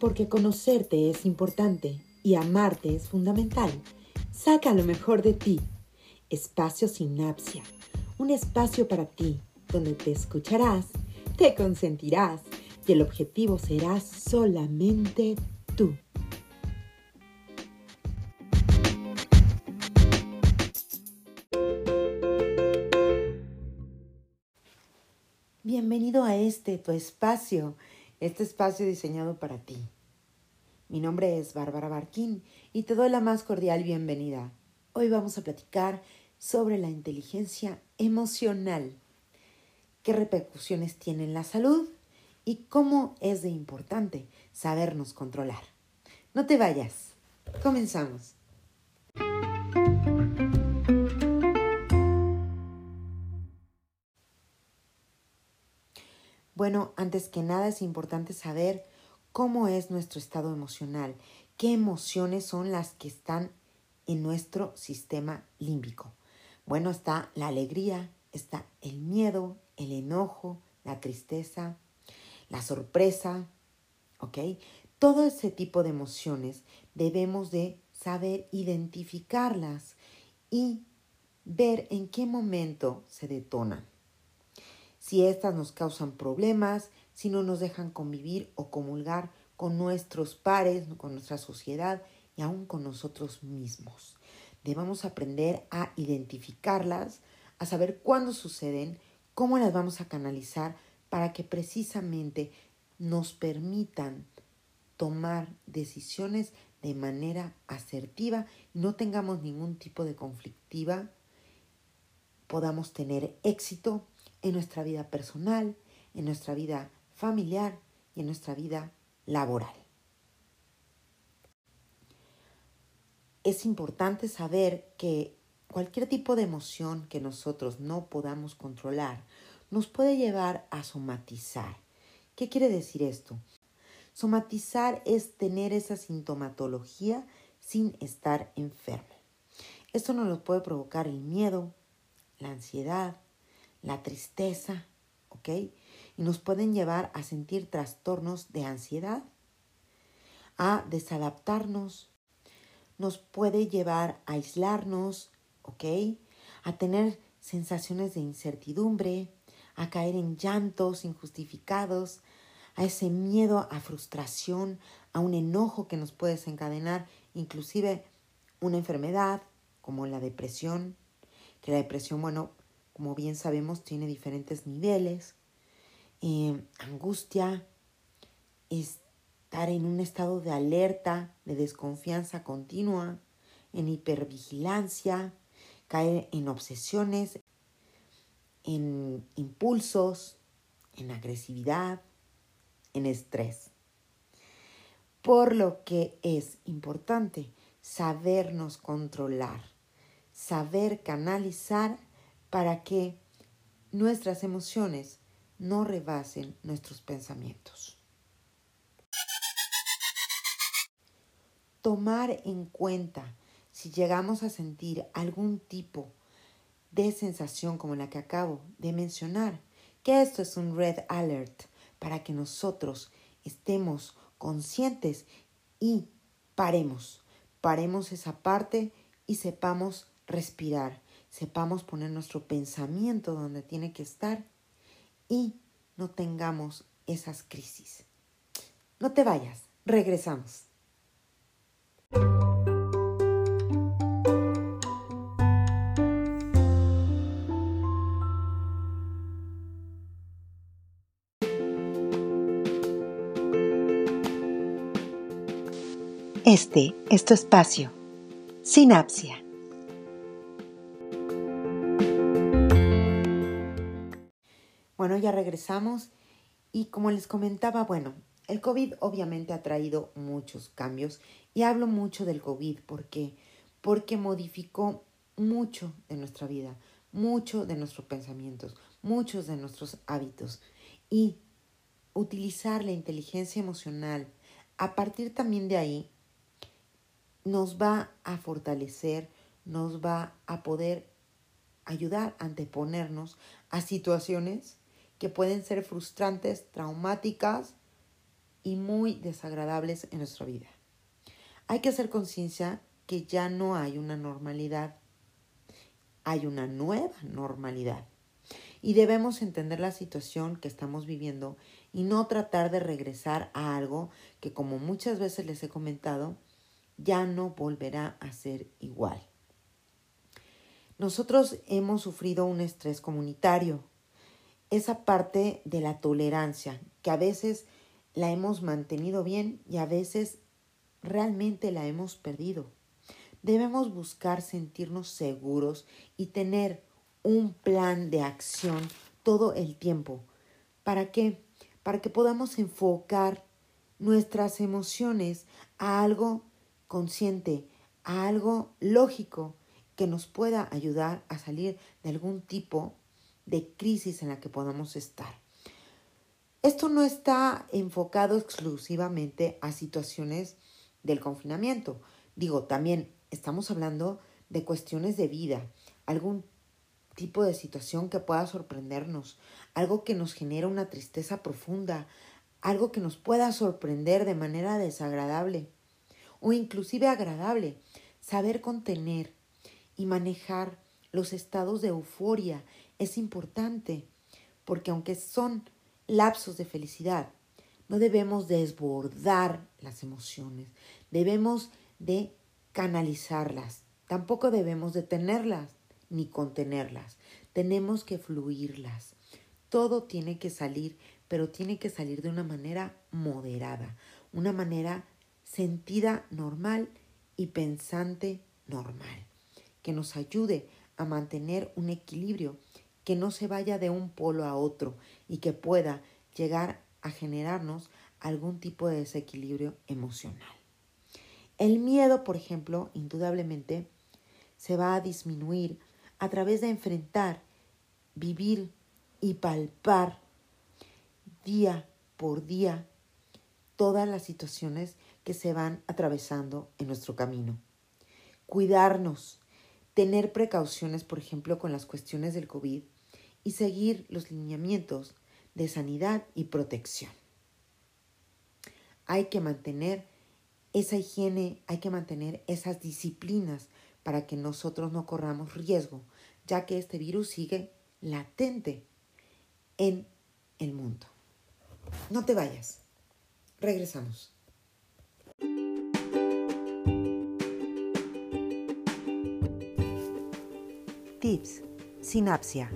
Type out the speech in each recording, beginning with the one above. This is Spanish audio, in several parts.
Porque conocerte es importante y amarte es fundamental. Saca lo mejor de ti. Espacio Sinapsia. Un espacio para ti, donde te escucharás, te consentirás y el objetivo será solamente tú. Bienvenido a tu espacio diseñado para ti. Mi nombre es Bárbara Barquín y te doy la más cordial bienvenida. Hoy vamos a platicar sobre la inteligencia emocional, qué repercusiones tiene en la salud y cómo es de importante sabernos controlar. No te vayas, comenzamos. Bueno, antes que nada es importante saber cómo es nuestro estado emocional, qué emociones son las que están en nuestro sistema límbico. Bueno, está la alegría, está el miedo, el enojo, la tristeza, la sorpresa, ¿ok? Todo ese tipo de emociones debemos de saber identificarlas y ver en qué momento se detonan. Si estas nos causan problemas, si no nos dejan convivir o comulgar con nuestros pares, con nuestra sociedad y aún con nosotros mismos. Debemos aprender a identificarlas, a saber cuándo suceden, cómo las vamos a canalizar para que precisamente nos permitan tomar decisiones de manera asertiva y no tengamos ningún tipo de conflictiva, podamos tener éxito en nuestra vida personal, en nuestra vida familiar y en nuestra vida laboral. Es importante saber que cualquier tipo de emoción que nosotros no podamos controlar nos puede llevar a somatizar. ¿Qué quiere decir esto? Somatizar es tener esa sintomatología sin estar enfermo. Esto nos lo puede provocar el miedo, la ansiedad, la tristeza, ¿ok? Y nos pueden llevar a sentir trastornos de ansiedad, a desadaptarnos, nos puede llevar a aislarnos, ¿ok? A tener sensaciones de incertidumbre, a caer en llantos injustificados, a ese miedo, a frustración, a un enojo que nos puede desencadenar, inclusive una enfermedad como la depresión, que la depresión, bueno, como bien sabemos, tiene diferentes niveles. Angustia, estar en un estado de alerta, de desconfianza continua, en hipervigilancia, caer en obsesiones, en impulsos, en agresividad, en estrés. Por lo que es importante sabernos controlar, saber canalizar para que nuestras emociones no rebasen nuestros pensamientos. Tomar en cuenta si llegamos a sentir algún tipo de sensación como la que acabo de mencionar, que esto es un red alert para que nosotros estemos conscientes y paremos esa parte y sepamos respirar, sepamos poner nuestro pensamiento donde tiene que estar y no tengamos esas crisis. No te vayas, regresamos. Este es tu espacio, Sinapsia. Bueno, ya regresamos y como les comentaba, bueno, el COVID obviamente ha traído muchos cambios y hablo mucho del COVID porque modificó mucho de nuestra vida, mucho de nuestros pensamientos, muchos de nuestros hábitos y utilizar la inteligencia emocional a partir también de ahí nos va a fortalecer, nos va a poder ayudar a anteponernos a situaciones que pueden ser frustrantes, traumáticas y muy desagradables en nuestra vida. Hay que hacer conciencia que ya no hay una normalidad, hay una nueva normalidad. Y debemos entender la situación que estamos viviendo y no tratar de regresar a algo que, como muchas veces les he comentado, ya no volverá a ser igual. Nosotros hemos sufrido un estrés comunitario, esa parte de la tolerancia, que a veces la hemos mantenido bien y a veces realmente la hemos perdido. Debemos buscar sentirnos seguros y tener un plan de acción todo el tiempo. ¿Para qué? Para que podamos enfocar nuestras emociones a algo consciente, a algo lógico que nos pueda ayudar a salir de algún tipo de crisis en la que podamos estar. Esto no está enfocado exclusivamente a situaciones del confinamiento. También estamos hablando de cuestiones de vida, algún tipo de situación que pueda sorprendernos, algo que nos genera una tristeza profunda, algo que nos pueda sorprender de manera desagradable o inclusive agradable. Saber contener y manejar los estados de euforia es importante, porque aunque son lapsos de felicidad, no debemos desbordar las emociones, debemos de canalizarlas, tampoco debemos detenerlas ni contenerlas, tenemos que fluirlas. Todo tiene que salir, pero tiene que salir de una manera moderada, una manera sentida normal y pensante normal, que nos ayude a mantener un equilibrio, que no se vaya de un polo a otro y que pueda llegar a generarnos algún tipo de desequilibrio emocional. El miedo, por ejemplo, indudablemente se va a disminuir a través de enfrentar, vivir y palpar día por día todas las situaciones que se van atravesando en nuestro camino. Cuidarnos, tener precauciones, por ejemplo, con las cuestiones del COVID y seguir los lineamientos de sanidad y protección. Hay que mantener esa higiene, hay que mantener esas disciplinas para que nosotros no corramos riesgo, ya que este virus sigue latente en el mundo. No te vayas. Regresamos. Tips. Sinapsia.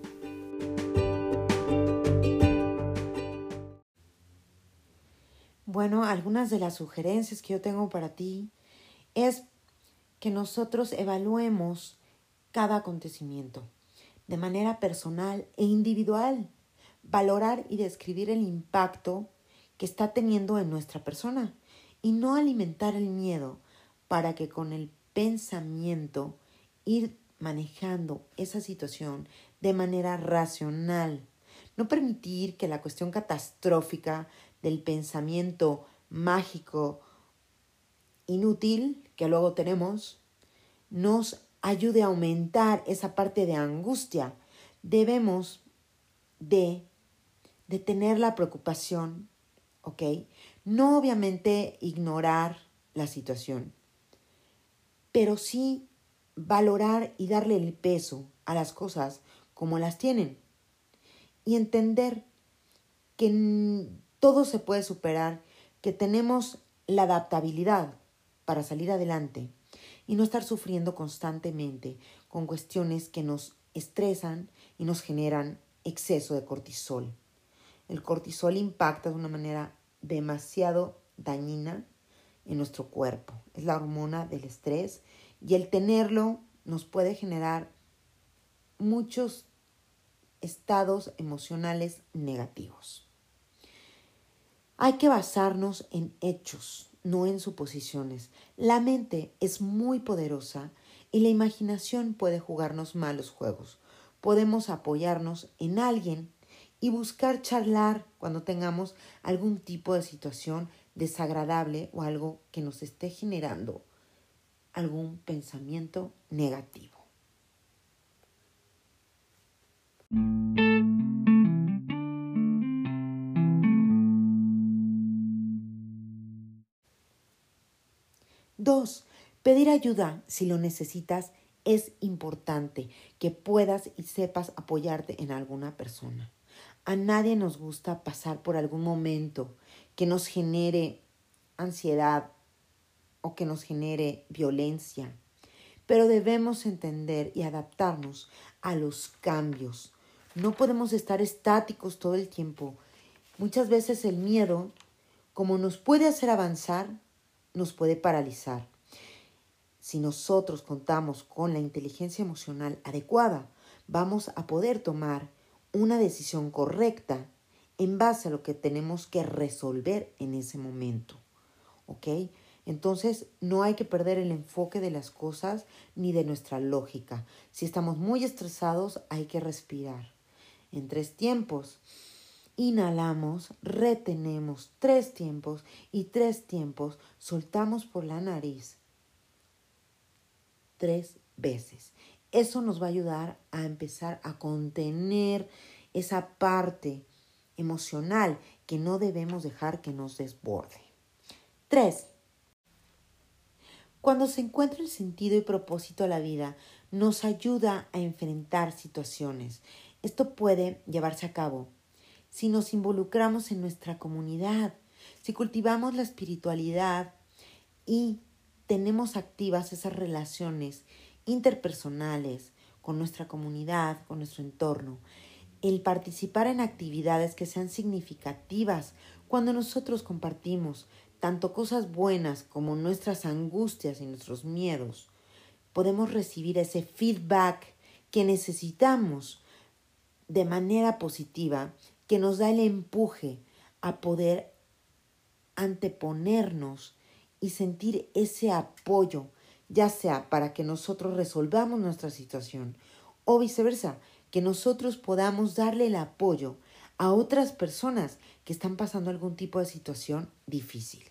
Bueno, algunas de las sugerencias que yo tengo para ti es que nosotros evaluemos cada acontecimiento de manera personal e individual, valorar y describir el impacto que está teniendo en nuestra persona y no alimentar el miedo para que con el pensamiento ir manejando esa situación de manera racional. No permitir que la cuestión catastrófica del pensamiento mágico inútil que luego tenemos nos ayude a aumentar esa parte de angustia. Debemos de tener la preocupación, ¿ok? No obviamente ignorar la situación, pero sí valorar y darle el peso a las cosas como las tienen y entender que todo se puede superar, que tenemos la adaptabilidad para salir adelante y no estar sufriendo constantemente con cuestiones que nos estresan y nos generan exceso de cortisol. El cortisol impacta de una manera demasiado dañina en nuestro cuerpo. Es la hormona del estrés y el tenerlo nos puede generar muchos estados emocionales negativos. Hay que basarnos en hechos, no en suposiciones. La mente es muy poderosa y la imaginación puede jugarnos malos juegos. Podemos apoyarnos en alguien y buscar charlar cuando tengamos algún tipo de situación desagradable o algo que nos esté generando algún pensamiento negativo. Pedir ayuda si lo necesitas es importante, que puedas y sepas apoyarte en alguna persona. A nadie nos gusta pasar por algún momento que nos genere ansiedad o que nos genere violencia, pero debemos entender y adaptarnos a los cambios. No podemos estar estáticos todo el tiempo. Muchas veces el miedo, como nos puede hacer avanzar, nos puede paralizar. Si nosotros contamos con la inteligencia emocional adecuada, vamos a poder tomar una decisión correcta en base a lo que tenemos que resolver en ese momento. ¿Ok? Entonces, no hay que perder el enfoque de las cosas ni de nuestra lógica. Si estamos muy estresados, hay que respirar. En 3 tiempos. Inhalamos, retenemos 3 tiempos y 3 tiempos soltamos por la nariz 3 veces. Eso nos va a ayudar a empezar a contener esa parte emocional que no debemos dejar que nos desborde. 3. Cuando se encuentra el sentido y propósito a la vida, nos ayuda a enfrentar situaciones. Esto puede llevarse a cabo si nos involucramos en nuestra comunidad, si cultivamos la espiritualidad y tenemos activas esas relaciones interpersonales con nuestra comunidad, con nuestro entorno. El participar en actividades que sean significativas cuando nosotros compartimos tanto cosas buenas como nuestras angustias y nuestros miedos, podemos recibir ese feedback que necesitamos de manera positiva, que nos da el empuje a poder anteponernos y sentir ese apoyo, ya sea para que nosotros resolvamos nuestra situación o viceversa, que nosotros podamos darle el apoyo a otras personas que están pasando algún tipo de situación difícil.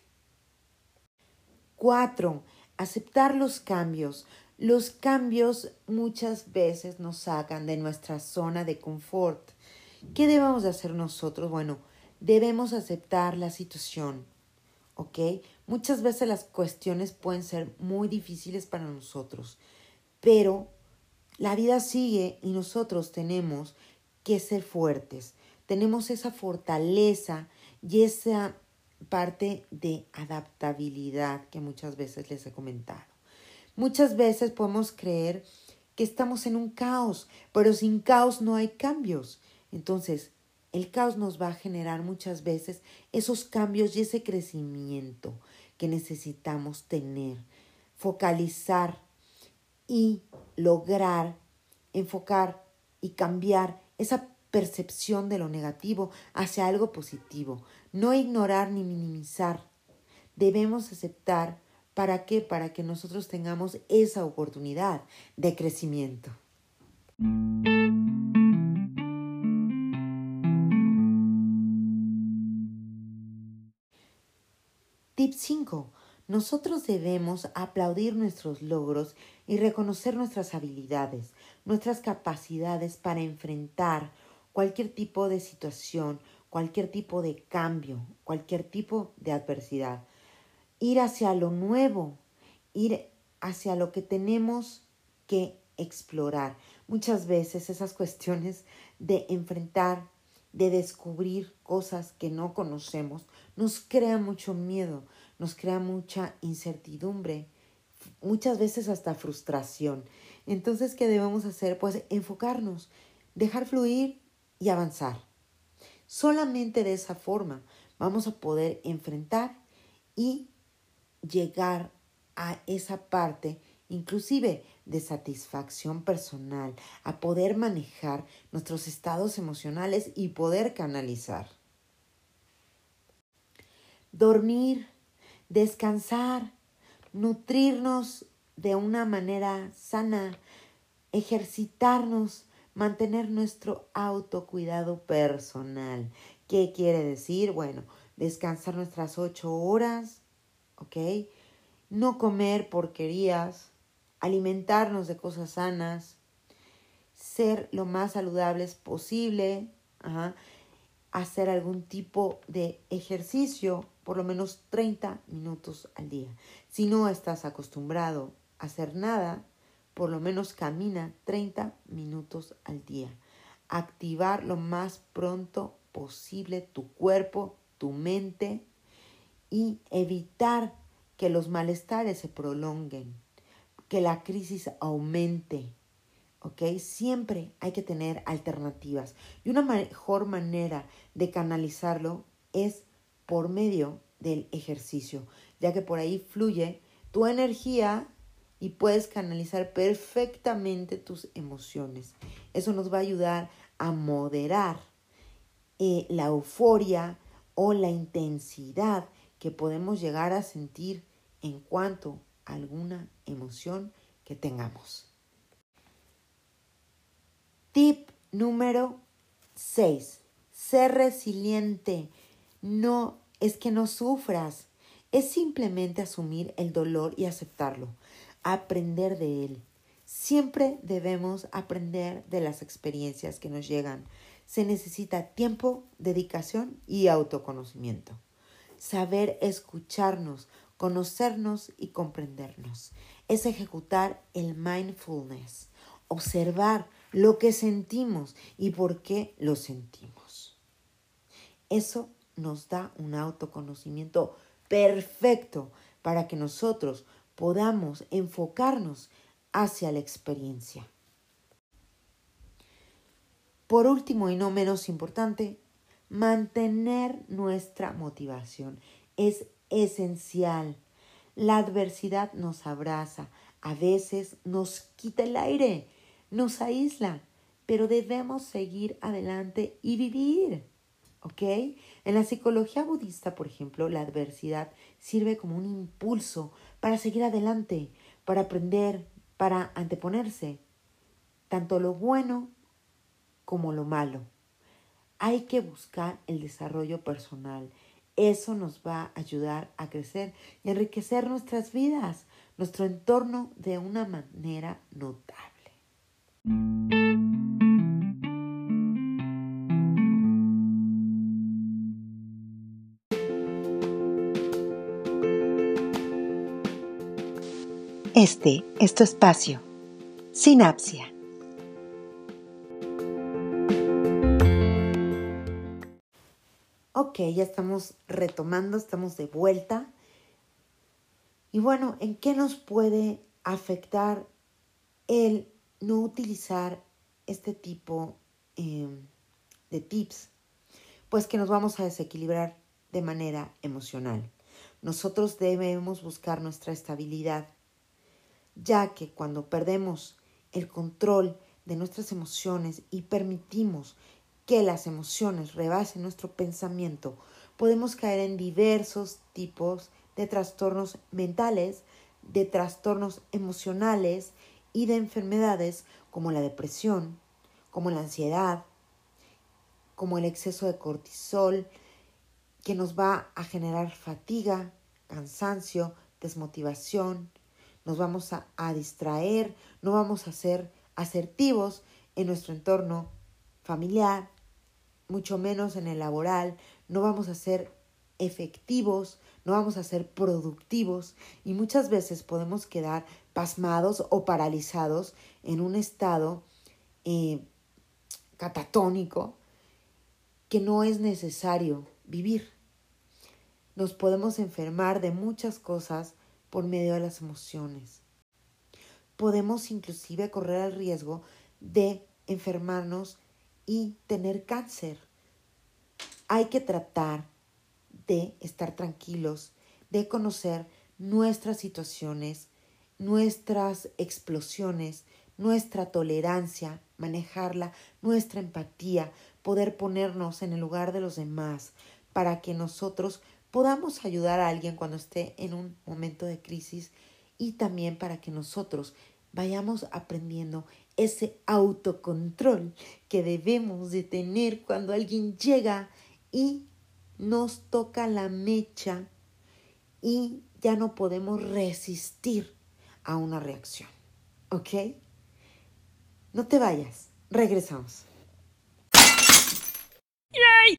4. Aceptar los cambios. Los cambios muchas veces nos sacan de nuestra zona de confort. ¿Qué debemos de hacer nosotros? Bueno, debemos aceptar la situación, ¿ok? Muchas veces las cuestiones pueden ser muy difíciles para nosotros, pero la vida sigue y nosotros tenemos que ser fuertes. Tenemos esa fortaleza y esa parte de adaptabilidad que muchas veces les he comentado. Muchas veces podemos creer que estamos en un caos, pero sin caos no hay cambios. Entonces, el caos nos va a generar muchas veces esos cambios y ese crecimiento que necesitamos tener, focalizar y lograr enfocar y cambiar esa percepción de lo negativo hacia algo positivo. No ignorar ni minimizar. Debemos aceptar. ¿Para qué? Para que nosotros tengamos esa oportunidad de crecimiento. Tip 5. Nosotros debemos aplaudir nuestros logros y reconocer nuestras habilidades, nuestras capacidades para enfrentar cualquier tipo de situación, cualquier tipo de cambio, cualquier tipo de adversidad. Ir hacia lo nuevo, ir hacia lo que tenemos que explorar. Muchas veces esas cuestiones de enfrentar, de descubrir cosas que no conocemos, nos crea mucho miedo, nos crea mucha incertidumbre, muchas veces hasta frustración. Entonces, ¿qué debemos hacer? Pues enfocarnos, dejar fluir y avanzar. Solamente de esa forma vamos a poder enfrentar y llegar a esa parte inclusive de satisfacción personal, a poder manejar nuestros estados emocionales y poder canalizar. Dormir, descansar, nutrirnos de una manera sana, ejercitarnos, mantener nuestro autocuidado personal. ¿Qué quiere decir? Bueno, descansar nuestras 8 horas, ¿ok? No comer porquerías, alimentarnos de cosas sanas, ser lo más saludables posible, hacer algún tipo de ejercicio, por lo menos 30 minutos al día. Si no estás acostumbrado a hacer nada, por lo menos camina 30 minutos al día. Activar lo más pronto posible tu cuerpo, tu mente y evitar que los malestares se prolonguen, que la crisis aumente. ¿Ok? Siempre hay que tener alternativas. Y una mejor manera de canalizarlo es por medio del ejercicio, ya que por ahí fluye tu energía y puedes canalizar perfectamente tus emociones. Eso nos va a ayudar a moderar la euforia o la intensidad que podemos llegar a sentir en cuanto a alguna emoción que tengamos. Tip número 6. Ser resiliente. No es que no sufras, es simplemente asumir el dolor y aceptarlo, aprender de él. Siempre debemos aprender de las experiencias que nos llegan. Se necesita tiempo, dedicación y autoconocimiento. Saber escucharnos, conocernos y comprendernos. Es ejecutar el mindfulness, observar lo que sentimos y por qué lo sentimos. Eso nos da un autoconocimiento perfecto para que nosotros podamos enfocarnos hacia la experiencia. Por último y no menos importante, mantener nuestra motivación es esencial. La adversidad nos abraza, a veces nos quita el aire, nos aísla, pero debemos seguir adelante y vivir. ¿Ok? En la psicología budista, por ejemplo, la adversidad sirve como un impulso para seguir adelante, para aprender, para anteponerse, tanto lo bueno como lo malo. Hay que buscar el desarrollo personal. Eso nos va a ayudar a crecer y enriquecer nuestras vidas, nuestro entorno de una manera notable. Este es tu espacio, Sinapsia. Ok, ya estamos retomando, estamos de vuelta. Y bueno, ¿en qué nos puede afectar el no utilizar este tipo de tips? Pues que nos vamos a desequilibrar de manera emocional. Nosotros debemos buscar nuestra estabilidad, ya que cuando perdemos el control de nuestras emociones y permitimos que las emociones rebasen nuestro pensamiento, podemos caer en diversos tipos de trastornos mentales, de trastornos emocionales y de enfermedades como la depresión, como la ansiedad, como el exceso de cortisol, que nos va a generar fatiga, cansancio, desmotivación. Nos vamos a distraer, no vamos a ser asertivos en nuestro entorno familiar, mucho menos en el laboral, no vamos a ser efectivos, no vamos a ser productivos y muchas veces podemos quedar pasmados o paralizados en un estado catatónico que no es necesario vivir. Nos podemos enfermar de muchas cosas por medio de las emociones. Podemos inclusive correr el riesgo de enfermarnos y tener cáncer. Hay que tratar de estar tranquilos, de conocer nuestras situaciones, nuestras explosiones, nuestra tolerancia, manejarla, nuestra empatía, poder ponernos en el lugar de los demás para que nosotros podamos ayudar a alguien cuando esté en un momento de crisis y también para que nosotros vayamos aprendiendo ese autocontrol que debemos de tener cuando alguien llega y nos toca la mecha y ya no podemos resistir a una reacción. ¿Ok? No te vayas. Regresamos. ¡Yay!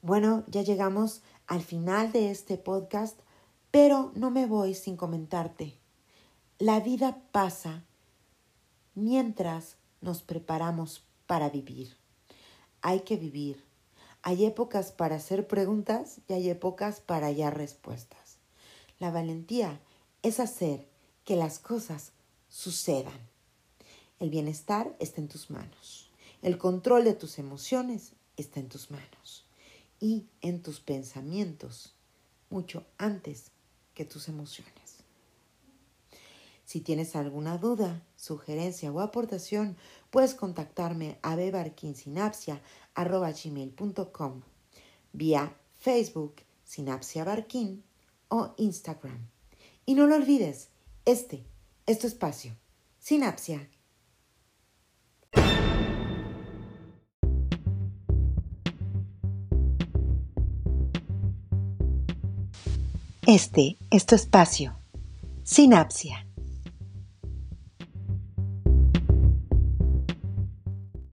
Bueno, ya llegamos al final de este podcast, pero no me voy sin comentarte. La vida pasa mientras nos preparamos para vivir. Hay que vivir. Hay épocas para hacer preguntas y hay épocas para hallar respuestas. La valentía es hacer que las cosas sucedan. El bienestar está en tus manos. El control de tus emociones está en tus manos. Y en tus pensamientos, mucho antes que tus emociones. Si tienes alguna duda, sugerencia o aportación, puedes contactarme a bebarquinsinapsia@gmail.com, vía Facebook Sinapsia Barquín o Instagram. Y no lo olvides, este es tu espacio, Sinapsia. Este es tu espacio, Sinapsia.